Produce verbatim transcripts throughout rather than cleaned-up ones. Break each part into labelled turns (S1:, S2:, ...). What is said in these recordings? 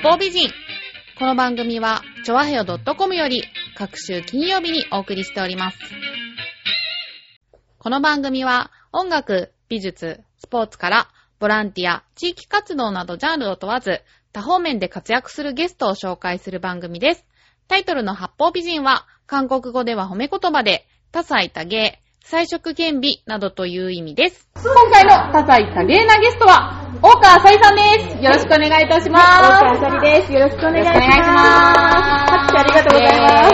S1: 方美人。この番組はチョアヘヨ .com より各週金曜日にお送りしております。この番組は音楽、美術、スポーツからボランティア、地域活動などジャンルを問わず多方面で活躍するゲストを紹介する番組です。タイトルの八方美人は韓国語では褒め言葉で多彩多芸、彩色兼備などという意味です。
S2: 今回の多彩多芸なゲストは大川あさりさんです。よろしくお願いいたします。
S3: 大川あさりです。よろしくお願いします。拍手ありがとうございます。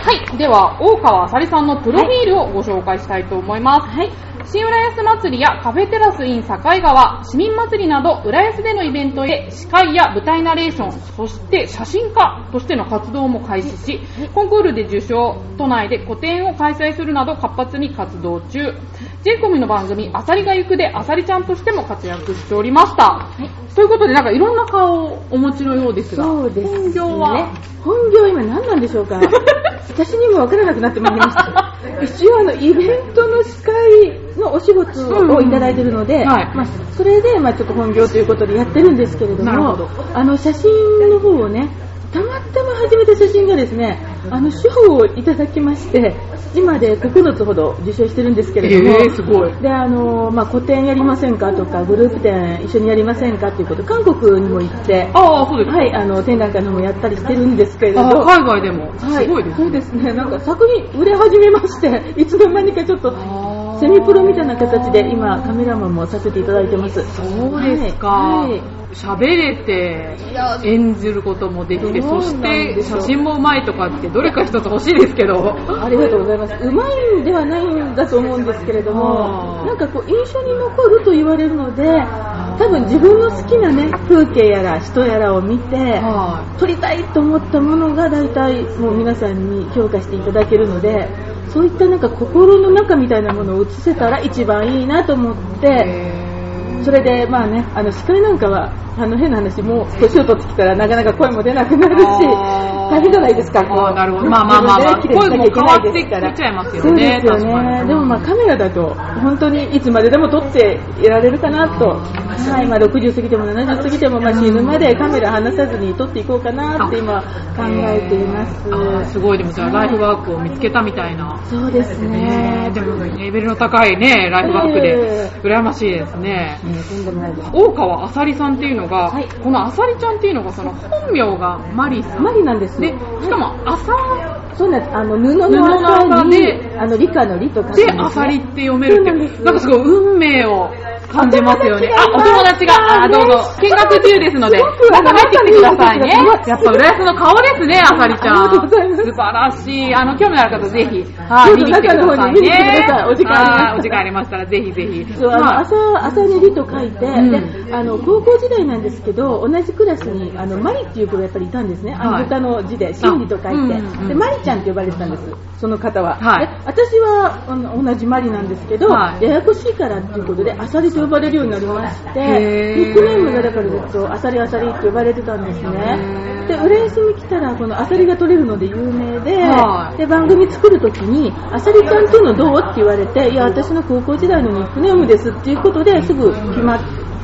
S2: はい、では大川あさりさんのプロフィールをご紹介したいと思います。はい。新浦安祭りやカフェテラス in 境川、市民祭りなど浦安でのイベントで司会や舞台ナレーション、そして写真家としての活動も開始し、コンクールで受賞、都内で個展を開催するなど活発に活動中。ジェイコム の番組あさりが行くであさりちゃんとしても活躍しておりました。はい、ということでなんかいろんな顔をお持ちのようですが、
S3: そうですね、
S2: 本業は
S3: 本業は今何なんでしょうか。私にも分からなくなってまいりました。一応あのイベントの司会のお仕事をいただいているので、うんはいまあ、それでまあちょっと本業ということでやってるんですけれども、なるほど。あの写真の方をね、たまたま始めた写真がですね、あの賞をいただきまして、今でここのつほど受賞してるんですけれども、
S2: えー、すごい。
S3: で、あの、まあ、個展やりませんかとか、グループ展一緒にやりませんかということ、韓国にも行って、
S2: ああ、そうですか。
S3: はい、あの、展覧会のもやったりしてるんですけれども、
S2: 海外でも、
S3: はい、
S2: すごいですね。
S3: そうですね、なんか作品売れ始めまして、いつの間にかちょっと、セミプロみたいな形で今カメラマンもさせていただいてます。
S2: そうですか。はいはい喋れて演じることもできて、そして写真もうまいとかってどれか一つ欲しいですけど。
S3: ありがとうございます。うまいんではないんだと思うんですけれども、なんかこう印象に残ると言われるので、多分自分の好きなね風景やら人やらを見て撮りたいと思ったものが大体もう皆さんに評価していただけるので、そういったなんか心の中みたいなものを映せたら一番いいなと思って、それでまあね、あの司会なんかはあの変な話、もう年を取ってきたらなかなか声も出なくなるし大変じゃないですか。こう
S2: あなるほど。まあまあまあ、まあ、声も変わってきちゃいますよね。
S3: そうですよね。でもまあカメラだと本当にいつまででも撮っていられるかなと、はい、まあろくじゅう過ぎてもななじゅう過ぎてもまあ死ぬまでカメラ離さずに撮っていこうかなって今考えています。
S2: あすごい。でもじゃあライフワークを見つけたみたいな。
S3: そうですね。
S2: ねでもレベルの高いねライフワークで羨ましいですね。大川あさりさんっていうのが、はい、このあさりちゃんっていうのがその本名がマリさん。
S3: マリなんです。
S2: で、しかもあさ、
S3: そうなんです。あの布のあさにあの理科の理とか
S2: であさりって読めるって、なんかすごい運命を感じますよね。あ、お友達が、あ、どうぞ見学中ですので、なんか入ってきてくださいね。やっぱ浦安の顔ですね、あさりちゃん。素晴らしい。あの興味ある方ぜひ、はい、見に来てくださいね。
S3: お時間
S2: お時間ありましたらぜひぜひ。
S3: そう、あの朝朝に理と書いて、で、あの高校時代なんですけど、同じクラスにあのマリっていう子がやっぱりいたんですね。あの歌の字で真理と書いて、でマリちゃんって呼ばれてたんです。その方は。はい、で私はあの同じマリなんですけど、はい、ややこしいからっていうことでアサリと呼ばれるようになりまして、ニックネームがだからずっとアサリアサリって呼ばれてたんですね。で浦安に来たらこのアサリが取れるので有名で、はい、で番組作るときにアサリちゃんっていうのどうって言われて、いや私の高校時代のニックネームですっていうことですぐ決まって、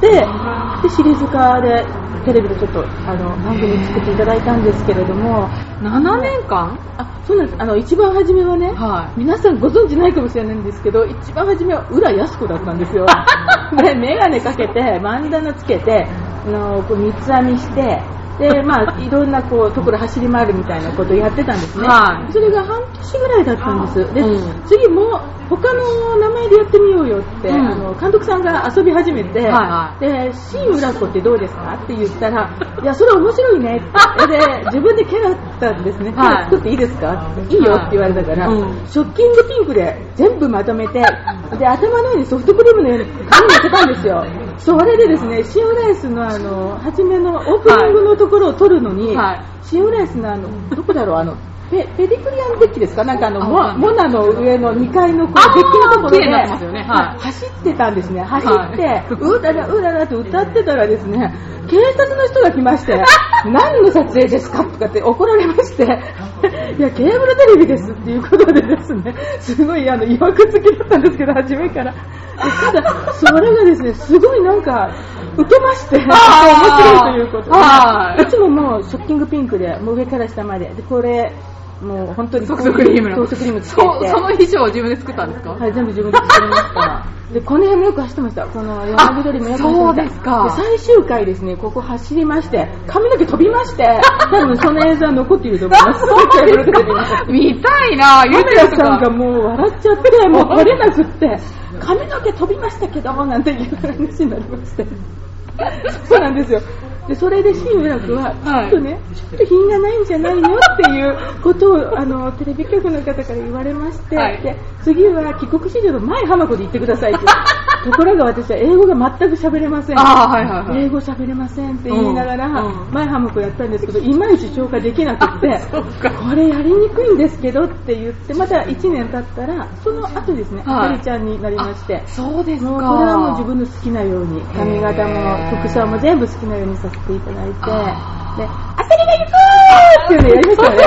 S3: でシリーズ化でテレビでちょっとあの番組作っていただいたんですけれども、
S2: ななねんかん
S3: あそうなんです。あの一番初めはね、はい、皆さんご存知ないかもしれないんですけど、一番初めは浦安子だったんですよ。でメガネかけてバンダナつけてあのこう三つ編みしてでまあいろんなこうところ走り回るみたいなことをやってたんですね。はい、それが半年ぐらいだったんです。で、うん、次も他の名前でやってみようよって、うん、あの監督さんが遊び始めて、はいはい、で新浦子ってどうですかって言ったら、いやそれ面白いねってで自分でキャラったんですね。キャラ作っていいですかっていいよって言われたから、はいうん、ショッキングピンクで全部まとめて、で頭の上にソフトクリームのように紙に乗せたんですよ。それでですね、新浦安のあの初めのオープニングのところを撮るのに、はい、新浦安のあのどこだろうあのペペディクリアンデッキですか、なんかあのモモナの上のにかいのこうデッキのところで、ね、はい、走ってたんですね。走って、はい、うららうららと歌ってたらですね、警察の人が来まして何の撮影ですかとかって怒られまして、いやケーブルテレビですっていうことでですね、すごいあのいわくつきだったんですけど、初めから。ただそれがですね、すごいなんか受けまして、面白いということで、いつももうショッキングピンクで、もう上から下まで、でこれもう本当に
S2: ソフトクリームの
S3: ソフトクリームつけて、
S2: そ, その衣装を自分で作ったんですか？
S3: はい、全部自分で作りました。でこの辺もよく走ってました。この山口通りもよく走ってました。
S2: そうですか。
S3: で最終回ですね、ここ走りまして髪の毛飛びまして、多分その映像は残っていると思います。
S2: 見たいな。
S3: ゆめらさんがもう笑っちゃって、もう取れなくって髪の毛飛びましたけどなんていう話になりまして。そうなんですよ。でそれで新浦君はちょっとね、はい、ちょっと品がないんじゃないのっていうことをあのテレビ局の方から言われまして、はい、で次は帰国子女の前浜子で言ってくださいってところが私は英語が全く喋れません。
S2: あ、はいはいはい、
S3: 英語喋れませんって言いながら、うん、前浜子やったんですけど、いまいち消化できなくってこれやりにくいんですけどって言って、またいちねん経ったらその後ですね、あかりちゃんになりまして、
S2: そうですか。
S3: もうこれはもう自分の好きなように髪型も服装も全部好きなようにさせていただいて、で、あさりが行くーっていうのやりましたよね。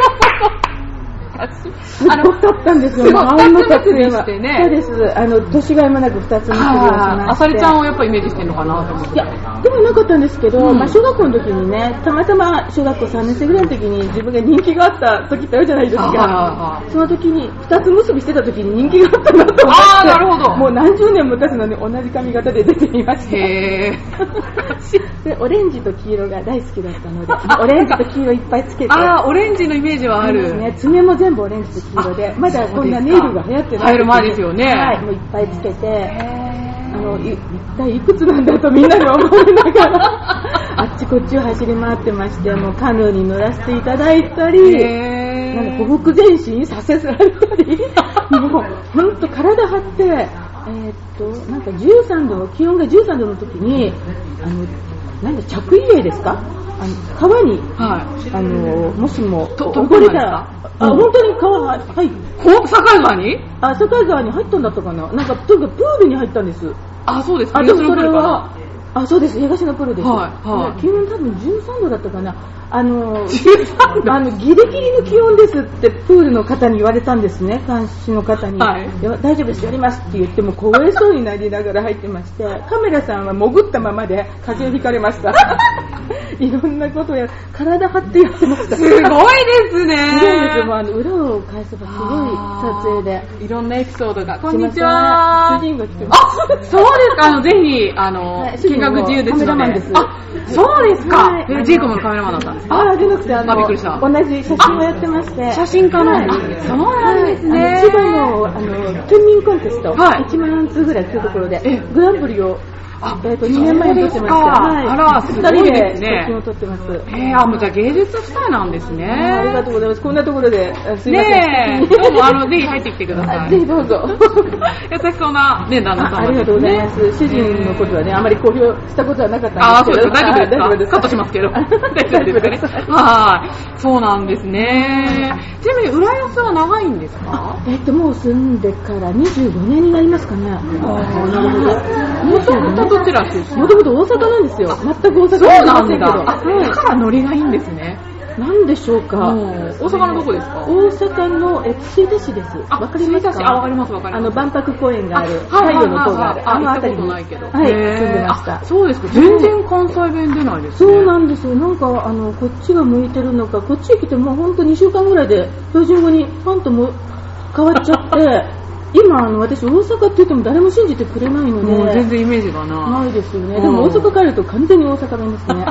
S3: すごかったんですよ。
S2: すごい、二つ結びしてね。
S3: そうです。あの、年がいもなく二つ結びをしまして。
S2: あさりちゃんをやっぱイメージしてるのかなと思って。
S3: いや、でもなかったんですけど、うん、まあ小学校の時にね、たまたま小学校さんねん生ぐらいの時に自分が人気があった時ってあるじゃないですか。その時に二つ結びしてた時に人気があったなと思って。
S2: ああ、なるほど。
S3: もう何十年も経つのに同じ髪型で出てみました。へー。で、オレンジと黄色が大好きだったので、オレンジと黄色いっぱいつけて。
S2: ああ、オレンジのイメージはある。
S3: ね、爪も全部オレンジと黄色で、まだこんなネイルが流行ってない。
S2: 流行る前ですよね。
S3: はい、もういっぱいつけて、あのい一体いくつなんだとみんなに思いながらあっちこっちを走り回ってまして、もうカヌーに乗らせていただいたり、なんかほふく前進させられたり、もう本当体張って、えー、っとなんかじゅうさんど、気温がじゅうさんどの時に、あのなんだ着衣泳ですか？あの川に、はい、あのもしも溺れたら、あ、うん、本当に川は、はい、
S2: 境川に？
S3: あ、境川に入ったんだったかな。なんかとにかくプールに入ったんです。
S2: あ、そうですか。
S3: あ、でもそれは、あ、そうです。東のプールです。
S2: はいはい。
S3: 気温多分じゅうさんどだったかな。あの、あのギリギリの気温ですってプールの方に言われたんですね。監視の方に、はい、いや大丈夫ですやりますって言っても凍えそうになりながら入ってまして、カメラさんは潜ったままで風邪をひかれました。いろんなことをや体張ってやってました。
S2: すごいですね。
S3: すごいです。もうあの裏を返せばすごい撮影で
S2: いろんなエピソードが。こんにちは。
S3: 主人が来てます。
S2: あ、そうですか。あのぜひあの、はい、見学自由ですので。
S3: カメラマンです。
S2: あ、そうですか。はい、えジェイコブのカメラマンだったんですか。
S3: あ、じゃなくてあの、
S2: あ、びっくりした。
S3: 同じ写真をやってまして。
S2: 写真家なんです。そうなんですね。
S3: 千葉のあの県民コンテスト、はい、いちまんつぐらいというところでグランプリをあ、えっとにねんまえに撮ってました。はい。
S2: あら、すごいですね。
S3: 写真を撮ってます。
S2: へえ、あ、もうじゃあ芸術夫妻なんですね。
S3: ありがとうございます。こんなところで、すいません。
S2: ねえ、どうもあのぜひ入ってきてください。
S3: ぜひどうぞ。
S2: 優しそうなね旦那さん。
S3: ありがとうございます。主人のことはね、あまり公表したことはなかったんですけど。
S2: あ、そうです。大丈夫ですか。カットしますけど。大丈夫ですね。はい。そうなんですね。ちなみに浦安は長いんですか？
S3: えっともう住んでからにじゅうごねんになりますかね。ああ、なるほど。
S2: もともとどちら出身？
S3: もともと大阪なんですよ。全く大阪
S2: そうなんだ。だからノリがいいんですね。
S3: なんでしょうか。
S2: 大阪のどこですか？
S3: 大阪のえ吹田市です。わかりますか？
S2: あ、わかりますわかります。
S3: あの万博公園がある、太陽の塔がある、あの辺りにはい住んでました。
S2: そうですか。全然関西弁出ないですね。
S3: そうなんですよ。なんかあのこっちが向いてるのか、こっちへ来てもう本当にしゅうかんぐらいで標準語にパンとも変わっちゃって。今あの私大阪って言っても誰も信じてくれないので、
S2: もう全然イメージがない。
S3: ないですよね。でも大阪帰ると完全に大阪弁ですね。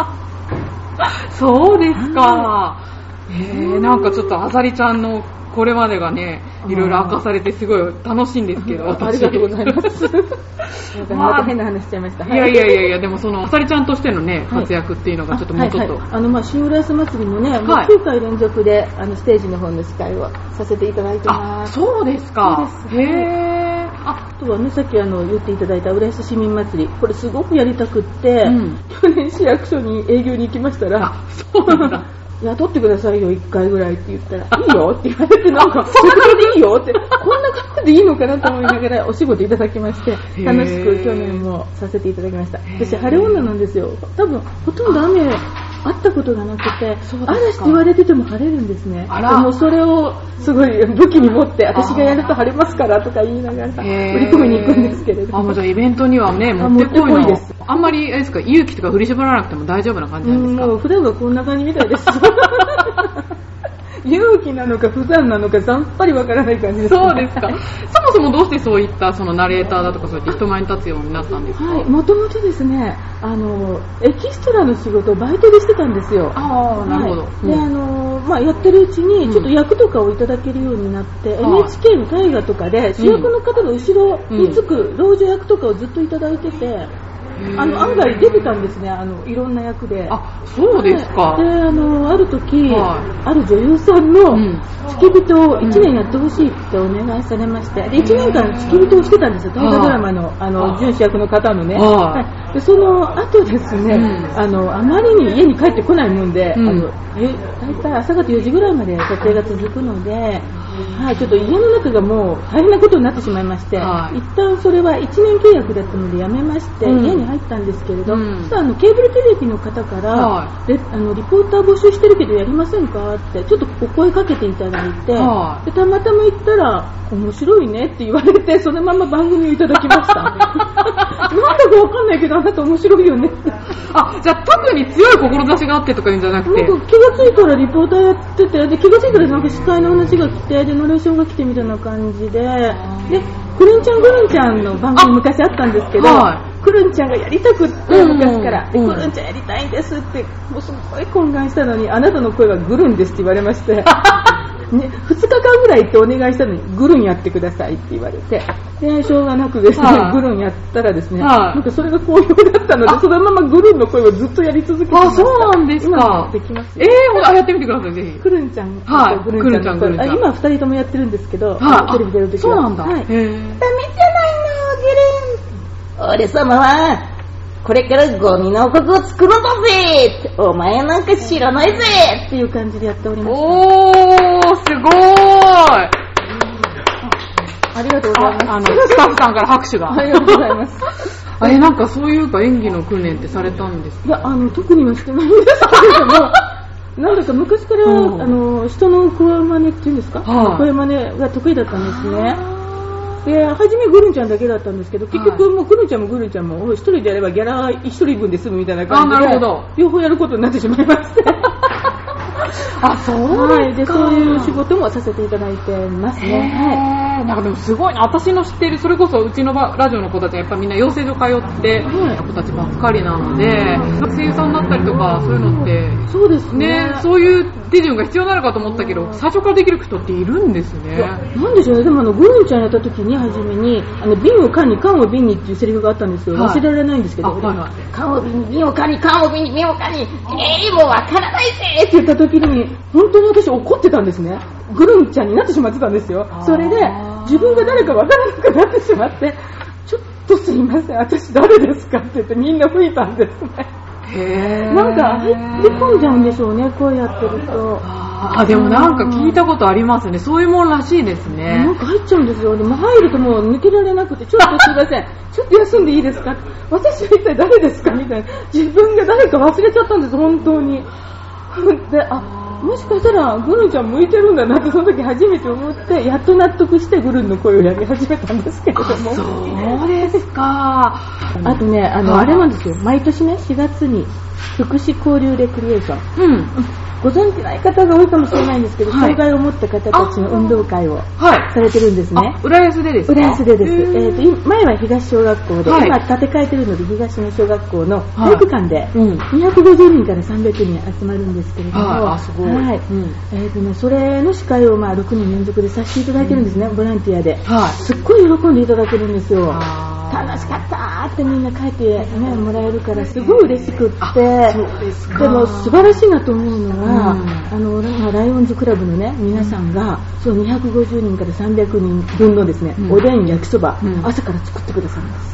S2: そうですか。へえ、なんかちょっとあさりちゃんのこれまでがね、いろいろ明かされてすごい楽しいんですけど、
S3: ありがとうございます。なんかまた変な話しちゃいました。
S2: いやいやいやいや、でもそのあさりちゃんとしてのね活躍っていうのがちょっともうちょっと、
S3: はいはいはい、あのまあ新浦安祭りのね、もうきゅうかい連続であのステージの方の司会をさせていただいてます。
S2: あ、そうですか。
S3: そうです。へえ。あとはね、さっきあの言っていただいた浦安市民祭り、これすごくやりたくって、うん、去年市役所に営業に行きましたら、
S2: そうなんだ。
S3: 雇ってくださいよいっかいぐらいって言ったらいいよって言われて、なんかそれでいいよってこんな感じでいいのかなと思いながらお仕事いただきまして、楽しく去年もさせていただきました。私晴れ女なんですよ。多分ほとんど雨あったことがなくて、嵐って言われてても晴れるんですね。でもそれをすごい武器に持って、私がやると晴れますからとか言いながら売り込みに行くんですけれども。
S2: あ、もうじゃあイベントにはね、持ってこいの。です。あんまりあれですか、勇気とか振り絞らなくても大丈夫な感じなんですか？
S3: もう普段はこんな感じみたいです。勇気なのか普段なのかさっぱりわからない感じです、ね。
S2: そうですか。そもそもどうしてそういったそのナレーターだとかそうやって人前に立つようになったんですか？
S3: はい、もともとですね、あのエキストラの仕事をバイトでしてたんですよ。
S2: ああ、なるほど。はい、
S3: で、あのまあやってるうちにちょっと役とかをいただけるようになって、うん、エヌエイチケー の大河とかで主役の方の後ろにつく老女役とかをずっといただいてて。あの案外出てたんですね、あのいろんな役で。
S2: あ、そうですか。
S3: で、あのある時、はい、ある女優さんの付き人をいちねんやってほしいってお願いされまして、でいちねんかん付き人をしてたんですよ、大河ドラマのあの準主役の方のね。はい、でその後ですね、うん、あのあまりに家に帰ってこないもんで、うん、あの大体朝方よじぐらいまで撮影が続くので。はい、ちょっと家の中がもう大変なことになってしまいまして、はい、一旦それはいちねん契約だったので辞めまして、うん、家に入ったんですけれど、うん、そしたらあのケーブルテレビの方から、はい、であのリポーター募集してるけどやりませんかってちょっとお声かけていただいて、はい、でたまたま行ったら面白いねって言われてそのまま番組をいただきました。なんだかわかんないけどあなた面白いよねって。
S2: あ、じゃあ特に強い志があってとか言うんじゃなくて、
S3: なんか気がついたらリポーターやってて、で気がついたらなんか司会の話が来て、でナレーションが来てみたいな感じで、でくるんちゃんぐるんちゃんの番組昔あったんですけど、はい、くるんちゃんがやりたくって昔から、うん、でくるんちゃんやりたいんですってもうすごい懇願したのに、あなたの声はぐるんですって言われまして。ね、ふつかかんぐらいってお願いしたのにぐるんやってくださいって言われて、でしょうがなくですね、はい、ぐるんやったらですね、はい、なんかそれが好評だったのでそのままぐるんの声をずっとやり続けてました。
S2: あ、そうなんですか。
S3: できます。
S2: えー、やってみてくださいぜひ。
S3: くるんちゃん、
S2: はい、ぐるんちゃん、ぐるんちゃん。
S3: 今ふたりともやってるんですけど、
S2: はい、
S3: テレビ出るときは。
S2: そうなんだ。はい、
S3: ダメじゃないのぐるん。俺様はこれからゴミの王国を作ろうだぜってお前なんか知らないぜっていう感じでやっておりました。
S2: おー、すごーい。
S3: ありがとうございます。あ
S2: あのスタッフさんから拍手が。
S3: ありがとうございます。
S2: あれなんかそういうか演技の訓練ってされたんですか？
S3: いや、あの特にはしてないんですけれども。なんだか昔から、うん、あの人の声真似っていうんですか、はあ、声真似が得意だったんですね。で初めグルンちゃんだけだったんですけど、結局もうグルンちゃんもグルンちゃんも一人でやればギャラ一人分で済むみたいな感じで、
S2: あ、なるほど、
S3: 両方やることになってしまいまして
S2: あ、そうですか。
S3: はい、でそういう仕事もさせていただいてますね。
S2: はい、なんかでもすごいな。私の知ってるそれこそうちのラジオの子たちはやっぱみんな養成所通ってる子たちばっかりなので、学生さんだったりとかそういうのって
S3: そうですね。
S2: ね、そういう手順が必要なのかと思ったけど、最初からできる人っているんですね。
S3: なんでしょうね。でもあのグルンちゃんやった時に初めにあの瓶を缶に缶を瓶にっていうセリフがあったんですけど、はい、忘れられないんですけど、はいはい、缶を瓶に瓶を缶に缶を瓶に瓶を缶に、えー、もうわからないぜって言った時に本当に私怒ってたんですね。グルンちゃんになってしまってたんですよ。それで自分が誰かわからなくなってしまって、ちょっとすいません私誰ですかって言ってみんな吹いたんですね。
S2: へー、
S3: なんか入り込んじゃうんでしょうね、こうやってると。
S2: あ、でもなんか聞いたことありますね。そういうものらしいですね。
S3: なんか入っちゃうんですよ。でも入るともう抜けられなくて、ちょっとすいませんちょっと休んでいいですか、私は一体誰ですかみたいな、自分が誰か忘れちゃったんです本当に。で、あ、もしかしたらグルンちゃん向いてるんだなってその時初めて思って、やっと納得してグルンの声をやり始めたんですけれども。
S2: そうですか。
S3: あとね、あの、あれなんですよ、毎年ねしがつに福祉交流レクリエーション、うん、ご存知ない方が多いかもしれないんですけど、はい、障害を持った方たちの運動会をされてるんですね。
S2: 浦安でですか？
S3: 浦安でです。えー、と前は東小学校で、はい、今建て替えてるので東の小学校の体育館でにひゃくごじゅうにんからさんびゃくにん集まるんですけれども、
S2: はい、あ、すごい。はい、うん、
S3: えーとね、それの司会をまあろくねん連続でさせていただいてるんですね、うん、ボランティアで、はい、すっごい喜んでいただけるんですよ。楽しかったってみんな書いて、ね、もらえるからすごい嬉しくって、そうですか。でも素晴らしいなと思うのは、うん、あのライオンズクラブのね皆さんが、うん、そうにひゃくごじゅうにんからさんびゃくにんぶんのですね、うん、おでん焼きそば、うん、朝から作ってくださるんです。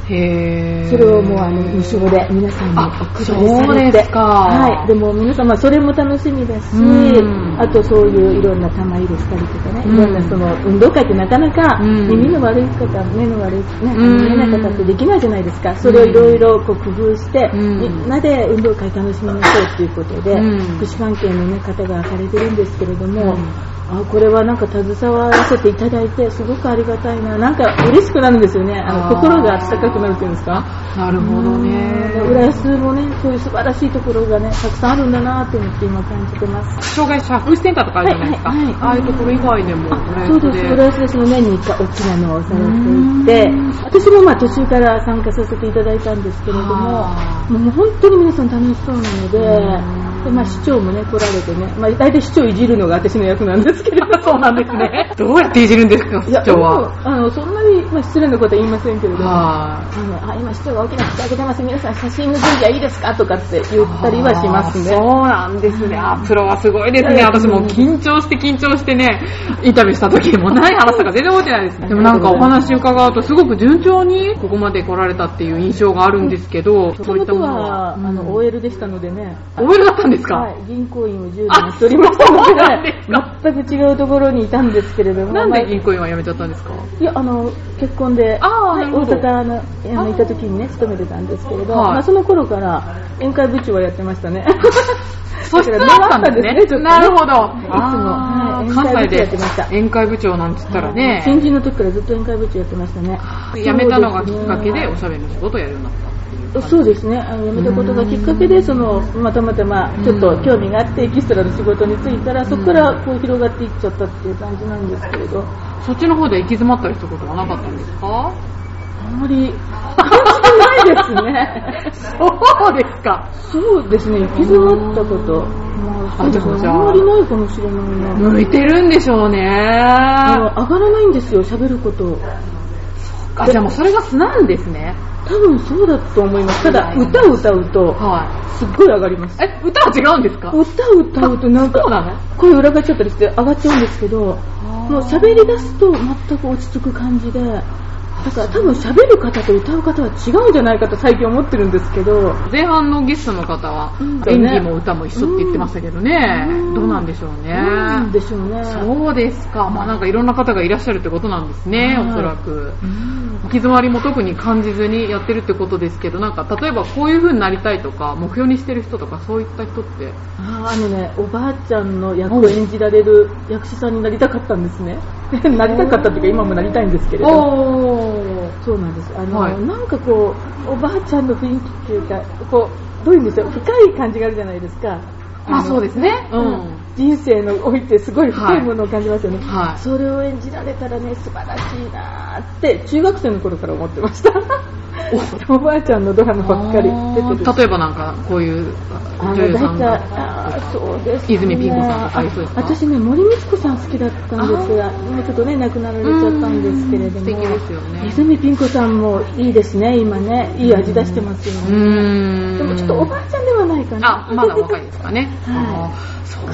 S3: へー。それをもうあの無償で皆さんに送りされて。
S2: そうですか。
S3: はい。でも皆様それも楽しみだし、あとそういういろんな玉入れしたりとかね、いろんなその運動会ってなかなか耳の悪い方、目の悪い、ね、見えない方ってできないじゃないですか。それをいろいろ工夫して、みんなで運動会楽しみましょうということで、福祉関係の、ね、方がされてるんですけれども、あ、これはなんか携わらせていただいてすごくありがたいな、なんか嬉しくなるんですよね。あの心が温かくなるっていうんですか。
S2: なるほどね。
S3: 浦安もね、そういう素晴らしいところがねたくさんあるんだなと思って今感じてます。
S2: 障害者福祉センターとかあるじゃないですか。はいはいはい、ああいうところ以外でも浦安で。
S3: そうです。浦安ですの年にいっかい大きなのをされていて、私もまあ途中から参加させていただいたんですけれども、もう本当に皆さん楽しそうなので。でまあ、市長もね来られてね、まあ、大体市長いじるのが私の役なんですけれども
S2: そうなんですね。どうやっていじるんですか市長は。
S3: あのそんなに、まあ、失礼なことは言いませんけれども、あのあ今市長が大きな口開けてます、皆さん写真の準備はいいですかとかって言ったりはしますね。
S2: そうなんですね。あプロはすごいですね。私も緊張して緊張してねインタビューした時もない話とか全然覚えてないですね。でもなんかお話伺うとすごく順調にここまで来られたっていう印象があるんですけど、うん、
S3: そういったものはあの オーエル でしたのでね。
S2: オーエル だったんですか。
S3: はい、銀行員をじゅうねんやっておりましたので、ね、全く違うところにいたんですけれども。
S2: なんで銀行員は辞めちゃったんですか。
S3: いやあの結婚で、はい、大阪のあのいた時にね勤めてたんですけれど、まあ、その頃から宴会部長はやってましたね。
S2: そしたらだったんですね。
S3: ちょっとね
S2: なるほど。いつも、
S3: はい、
S2: 関西で宴会部長なんて言ったらね、
S3: 新人の時からずっと宴会部長やってましたね。
S2: 辞めたのがきっかけでおしゃべりの仕事をやるようになった。
S3: そうですね。あの辞めたことがきっかけで、そのまたまたまちょっと興味があってエキストラの仕事に就いたら、そこからこう広がっていっちゃったっていう感じなんですけれど。
S2: そっちの方で行き詰まったりしたことはなかったんですか。
S3: あんまり感じてないですね。
S2: そうですか。
S3: そうですね。行き詰まったこと、まあ、そうですね。あんまりないかもしれないな。
S2: 向いてるんでしょうね。
S3: 上がらないんですよ、喋ること。
S2: あ、じゃあもうそれが素なんですね。
S3: 多分そうだと思います。ただ歌を歌うと、はい、すっごい上がります。
S2: え、歌は違うんですか。
S3: 歌を歌うとなんか声裏返っちゃったりして上がっちゃうんですけど、もう喋り出すと全く落ち着く感じで、だから多分喋る方と歌う方は違うんじゃないかと最近思ってるんですけど。
S2: 前半のゲストの方は演技も歌も一緒って言ってましたけどね、うん、どうなんでしょうね。
S3: なんでしょうね。
S2: そうですか。まあなんかいろんな方がいらっしゃるってことなんですね、はい、おそらく。行き詰まりも特に感じずにやってるってことですけど、なんか例えばこういう風になりたいとか目標にしてる人とかそういった人って。
S3: ああのね、おばあちゃんの役を演じられる役者さんになりたかったんですね。なりたかったっていうか今もなりたいんですけれど。そうなんです。あの、はい、なんかこうおばあちゃんの雰囲気っていうか、こうどういうんですよ、深い感じがあるじゃないですか。
S2: あ、そうですね。うん。
S3: 人生のおいてすごい深いものを感じますよね。はいはい、それを演じられたらね、素晴らしいなって中学生の頃から思ってました。おばあちゃんのドラマばっかり出てる。
S2: 例えばなんかこういう女優さんが、
S3: あ、そうですね、
S2: 泉ピン子さんとかそうですか。
S3: 私ね、森光子さん好きだったんですが、もうちょっとね亡くなられちゃったんですけれども、
S2: 素敵ですよね。
S3: 泉ピン子さんもいいですね、今ね、いい味出してますよね。うん、でもちょっとおばあちゃんではないかな。
S2: あ、まだ若いですかね。
S3: はい、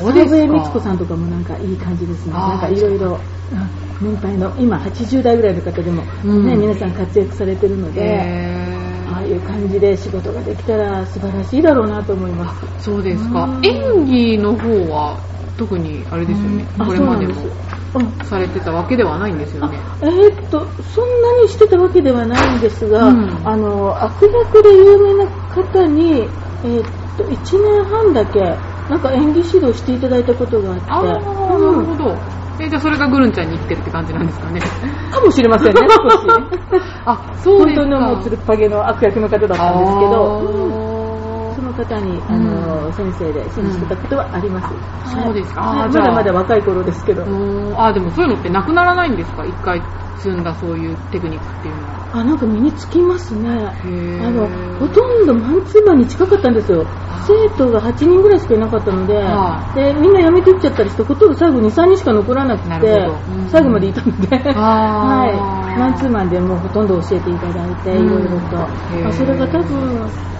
S3: そうですか。草笛光子さんとかもなんかいい感じですね。なんかいろいろ年配の今はちじゅう代ぐらいの方でも、ね、皆さん活躍されてるので、ああいう感じで仕事ができたら素晴らしいだろうなと思います。
S2: そうですか。演技の方は特にあれですよね、これまでもされてたわけではないんですよね。
S3: えー、っとそんなにしてたわけではないんですが、うん、あの悪役で有名な方に、えー、っといちねんはんだけなんか演技指導していただいたことがあって。あ、
S2: うん、なるほど。え、じゃあそれがグルンちゃんに生きてるって感じなんですかね。
S3: かもしれませんね、少し。
S2: あ、そうですか。
S3: 本当のもうつるっぱげの悪役の方だったんですけど、その方にあの、うん、先生で信じてたことはあります。
S2: うん、そうですか。
S3: はい、まだまだ若い頃ですけど。
S2: あ、でもそういうのってなくならないんですか。一回積んだそういうテクニックっていうのは。
S3: あ、なんか身につきますね。あのほとんどマンツーマンに近かったんですよ。生徒がはちにんぐらいしかいなかったので、はあ、でみんな辞めていっちゃったりして、ほとんど最後に、さんにんしか残らなくて、うん、最後までいたので、はい、マンツーマンでもうほとんど教えていただいて、いろいろと、あ、それが多分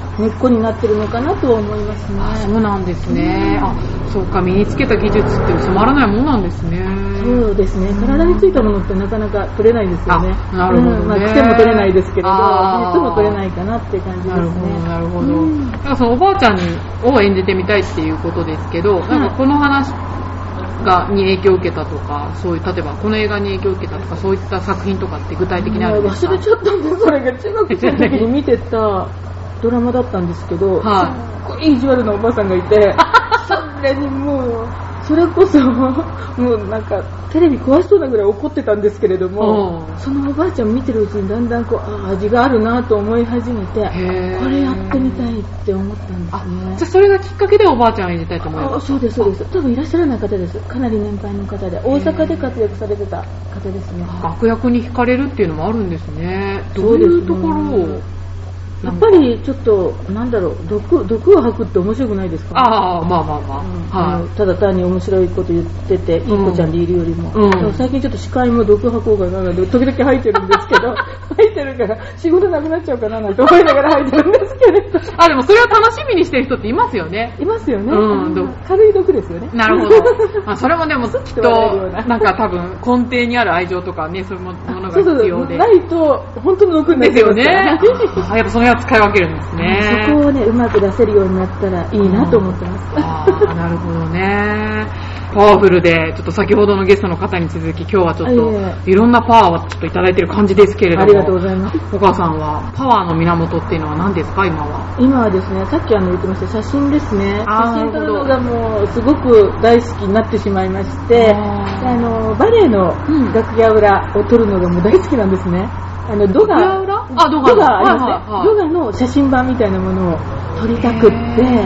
S3: 根っこになってるのかなとは思いますね。
S2: あ、そうなんですね。うん、あ、そうか、身につけた技術って薄まらないもんなんですね。
S3: そうですね。体についたものってなかなか取れないですよね。
S2: なるほどね。うん、
S3: まあ、癖も取れないですけれど、技術も取れないかなって感じですね。なるほど、
S2: なるほど。うん、なんかそのおばあちゃんを演じてみたいっていうことですけど、はい、なんかこの話がに影響を受けたとか、そういう例えばこの映画に影響を受けたとか、そういった作品とかって具体的にあるんですか？
S3: 忘れちゃったんです。それが中学生の時に見てたドラマだったんですけど、はい、すっごい意地悪なおばあさんがいて、それにもうそれこそもうなんかテレビ壊しそうなぐらい怒ってたんですけれども、そのおばあちゃん見てるうちにだんだんこうあ味があるなと思い始めて、これやってみたいって思ったんですね。
S2: じゃあそれがきっかけでおばあちゃんを演じたいと思いますか？
S3: そうですそうです。多分いらっしゃらない方です。かなり年配の方で大阪で活躍されてた方ですね。
S2: 悪役に惹かれるっていうのもあるんですね。どういうところを？
S3: やっぱりちょっとなんだろう 毒, 毒を吐くって面白くないですか？
S2: ああ、まあまあまあ、うん
S3: はい、ただ単に面白いこと言ってていい子ちゃんでいるよりも、うん、最近ちょっと視界も毒吐こうがなので時々吐いてるんですけど吐いてるから仕事なくなっちゃうかななんて思いながら吐いてるんですけれど
S2: あ、でもそれを楽しみにしてる人っていますよね。
S3: いますよね、
S2: うん、
S3: 軽い毒ですよね。
S2: なるほどあ、それもでもきっとなんか多分根底にある愛情とかね、そういうものが必要で、
S3: そうそうないと本当の毒になっちゃいます
S2: ですよねあ、やっぱその辺は使い分けるんですね。
S3: そこをねうまく出せるようになったらいいなと思ってます、うん、
S2: あ、なるほどね。パワフルでちょっと先ほどのゲストの方に続き今日はちょっといろんなパワーをちょっといただいている感じですけれども、
S3: ありがとうございます。
S2: お母さんはパワーの源っていうのは何ですか？今は
S3: 今はですね、さっきあの言ってました写真ですね。写真撮るのがもうすごく大好きになってしまいまして、ああのバレエの楽屋裏を撮るのがもう大好きなんですね。あのドガ
S2: あドガ
S3: ドガありますね、はいはいはい、ドガの写真版みたいなものを撮りたくって、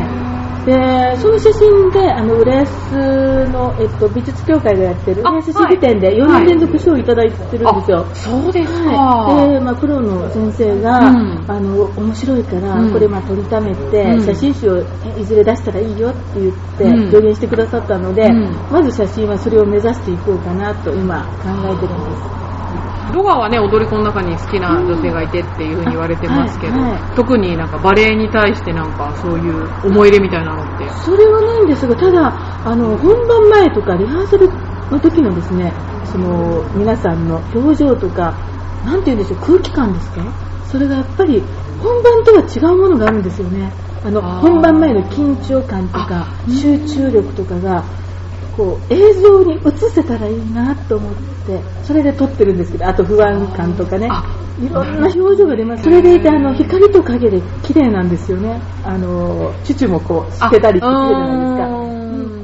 S3: でその写真であの浦安の、えっと、美術協会がやってる浦安式展でよねん連続賞をいただいてるんですよ、はい、
S2: そうですか、
S3: はい、で、まあ、プロの先生が、うん、あの面白いから、うん、これまあ撮りためて、うん、写真集をいずれ出したらいいよって言って助言してくださったので、うん、まず写真はそれを目指していこうかなと今考えてるんです。
S2: ドガはね、踊り子の中に好きな女性がいてっていう風に言われてますけど、うんはいはい、特になんかバレエに対してなんかそういう思い入れみたいなのって？
S3: それはないんですが、ただあの本番前とかリハーサルの時のですね、その皆さんの表情とかなんて言うんでしょう、空気感ですか、それがやっぱり本番とは違うものがあるんですよね。あのあ本番前の緊張感とか集中力とかがこう映像に映せたらいいなと思ってそれで撮ってるんですけど、あと不安感とかね、いろんな表情が出ます。それでいてあの光と影で綺麗なんですよね。あのチュチュもこう透けたりして綺麗じゃないですか、うん、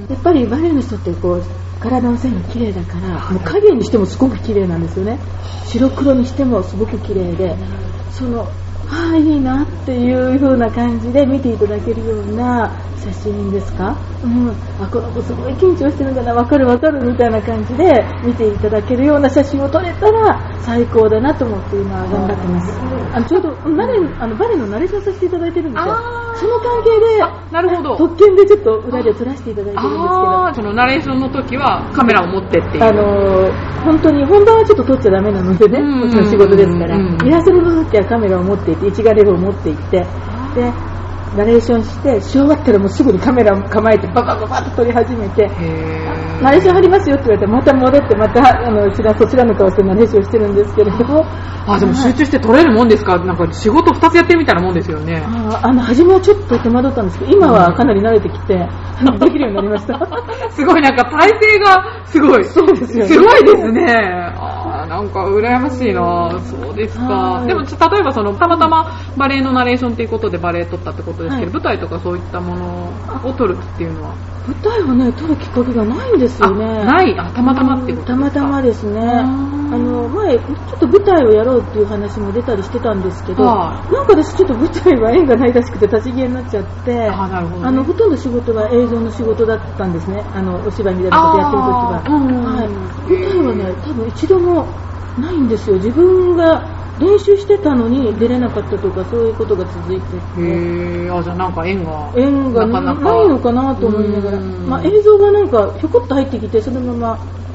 S3: やっぱりバレエの人ってこう体の線が綺麗だからもう影にしてもすごく綺麗なんですよね。白黒にしてもすごく綺麗で、そのああいいなっていう風な感じで見ていただけるような写真ですか、うん、あこの子すごい緊張してるんだな、分かる分かるみたいな感じで見ていただけるような写真を撮れたら最高だなと思って今頑張ってます。あのちょうどバレあのバレのナレーションさせていただいてるんですよ。その関係で
S2: なるほど
S3: 特権でちょっと裏で撮らせていただいてるんですけど、
S2: そのナレーションの時はカメラを持ってっていう、
S3: あの本当に本番はちょっと撮っちゃダメなのでね、もちろん仕事ですから、リハーサルの時はカメラを持っていて一眼レフを持っていってでナレーションしてし終わったらもうすぐにカメラを構えてババババッと撮り始めて、ナレーション入りますよって言われてまた戻ってまたあのそちらの顔してナレーションしてるんですけれども、
S2: あでも集中して撮れるもんですか。なんか仕事ふたつやってるみたいなもんですよね。
S3: ああの初めはちょっと手間取ったんですけど今はかなり慣れてきて、うん、できるようになりました
S2: すごいなんか体勢がすごい
S3: そうですよね、
S2: すごいですね。あなんか羨ましいな。そうですか。でも例えばそのたまたまバレエのナレーションということでバレエ撮ったってことですけど、はい、舞台とかそういったものを撮るっていうのは
S3: 舞台をね撮るきっかけがないんですよね。
S2: ないあたまたまってことですか。
S3: たまたまですね。あの前ちょっと舞台をやろうっていう話も出たりしてたんですけど、はあ、なんか私ちょっと舞台は縁がないらしくて立ち消えになっちゃって、
S2: あなるほどね、
S3: あのほとんど仕事は映像の仕事だったんですね。あのお芝居みたいなことやってる時は、はい、舞台はね多分一度もないんですよ。自分が練習してたのに出れなかったとかそういうことが続いてて、
S2: へー、あじゃあなんか縁が
S3: 縁がなかなかないのかなと思いながら、まあ、映像がなんかひょこっと入ってきてそのまま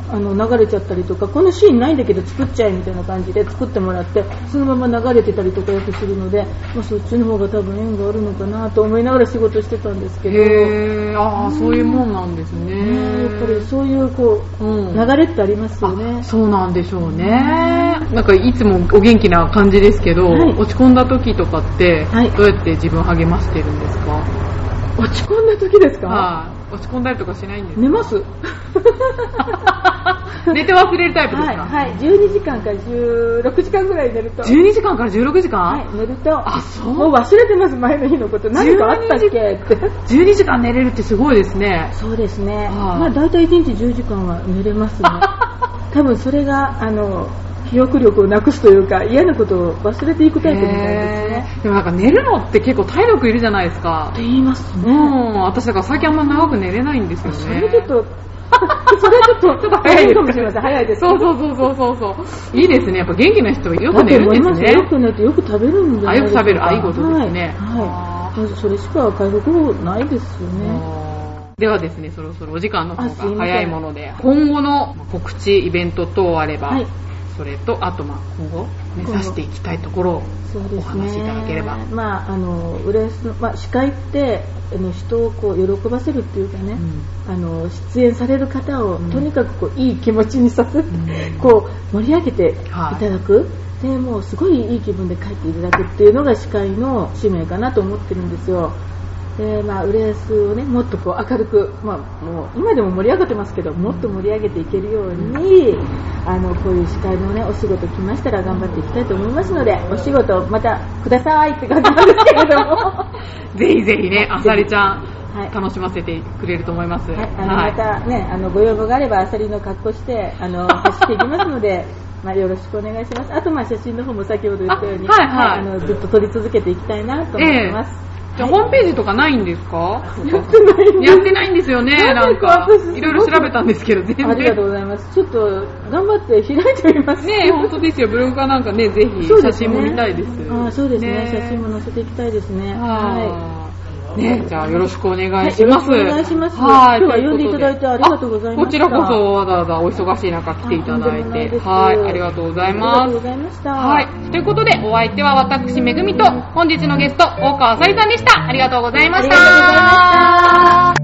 S3: あの流れちゃったりとか、このシーンないんだけど作っちゃえみたいな感じで作ってもらって、そのまま流れてたりとかよくするので、まあ、そっちの方が多分縁があるのかなと思いながら仕事してたんですけど。
S2: へー、ああ、そういうもんなんですね。
S3: ね、やっぱりそういうこう、うん、流れってありますよね。
S2: そうなんでしょうね。なんかいつもお元気な感じですけど、はい、落ち込んだ時とかって、はい、どうやって自分を励ましてるんですか？
S3: 落ち込んだ時ですか？
S2: はあ、落ち込んだりとかしないんですか？
S3: 寝ます。
S2: 寝て忘れるタイプですか？
S3: はい、はい、じゅうにじかんからじゅうろくじかんぐらい寝ると。
S2: じゅうにじかんからじゅうろくじかん？
S3: はい、寝ると。
S2: あ、そう。
S3: もう忘れてます、前の日のこと。何かあったっけって。
S2: じゅうにじかん寝れるってすごいですね。
S3: そうですね。はあ、まあ大体いちにちじゅうじかんは寝れますね。多分それが、あの、記憶力をなくすというか、嫌なことを忘れていくタイプみたいですね。
S2: でもなんか寝るのって結構体力いるじゃないですか。
S3: って言いますね。
S2: うん、私だから最近あんま長く寝れないんですよね。
S3: それちょっと、それちょっと、ちょっと早いかもしれません。早いです。
S2: そうそうそうそうそうそう。いいですね。やっぱ元気な人はよく寝るんですね。
S3: よく寝てよく食べるんじゃないですか。
S2: あ、よく食べる。あ、いいことですね。
S3: はい。はい、それしか回復法ないですよね。
S2: ではですね、そろそろお時間の方が早いもので、今後の告知、イベント等あれば、はい、それと、あと、まあ、今後、目指していきたいところをお話しいただければ。
S3: ね、まあ、あの、浦安の、まあ、司会って、あの人をこう喜ばせるっていうかね、うん、あの出演される方を、うん、とにかくこういい気持ちにさせて、うん、こう盛り上げていただく、はい、でもうすごいいい気分で帰っていただくっていうのが司会の使命かなと思ってるんですよ。で、まあ、浦安をね、もっとこう明るく、まあ、もう今でも盛り上がってますけど、もっと盛り上げていけるように、あのこういう司会のねお仕事来ましたら頑張っていきたいと思いますので、お仕事またくださいって感じなんですけれども
S2: ぜひぜひね、あさりちゃん、はい、楽しませてくれると思います。はい、
S3: あの、はい、またね、あのご要望があればあさりの格好してあの走っていきますのでまあ、よろしくお願いします。あと、まあ写真の方も先ほど言ったように、はいはい、あのずっと撮り続けていきたいなと思います。えー
S2: じゃあ、はい、ホームページとかないんですか？やってないんです。やってないんですよね。なんかいろいろ調べたんですけど全然。
S3: ありがとうございます。ちょっと頑張って開いてみます
S2: ね。本当ですよ。ブログかなんかね、ぜひ写真も見たいです。
S3: あ、そうですね。写真も載せていきたいですね。はい。
S2: ね、じゃあよろしくお願いします。
S3: はい、よろしくお願いします。はい、今日は呼んでいただいてありがとうございました。
S2: こちらこそわざわざお忙しい中来ていただいて、はい、ありがとうございます。
S3: ありがとうございました。
S2: はい、ということでお相手は私めぐみと本日のゲスト大川あさりさんでした。ありがとうございました。ありがとうございました。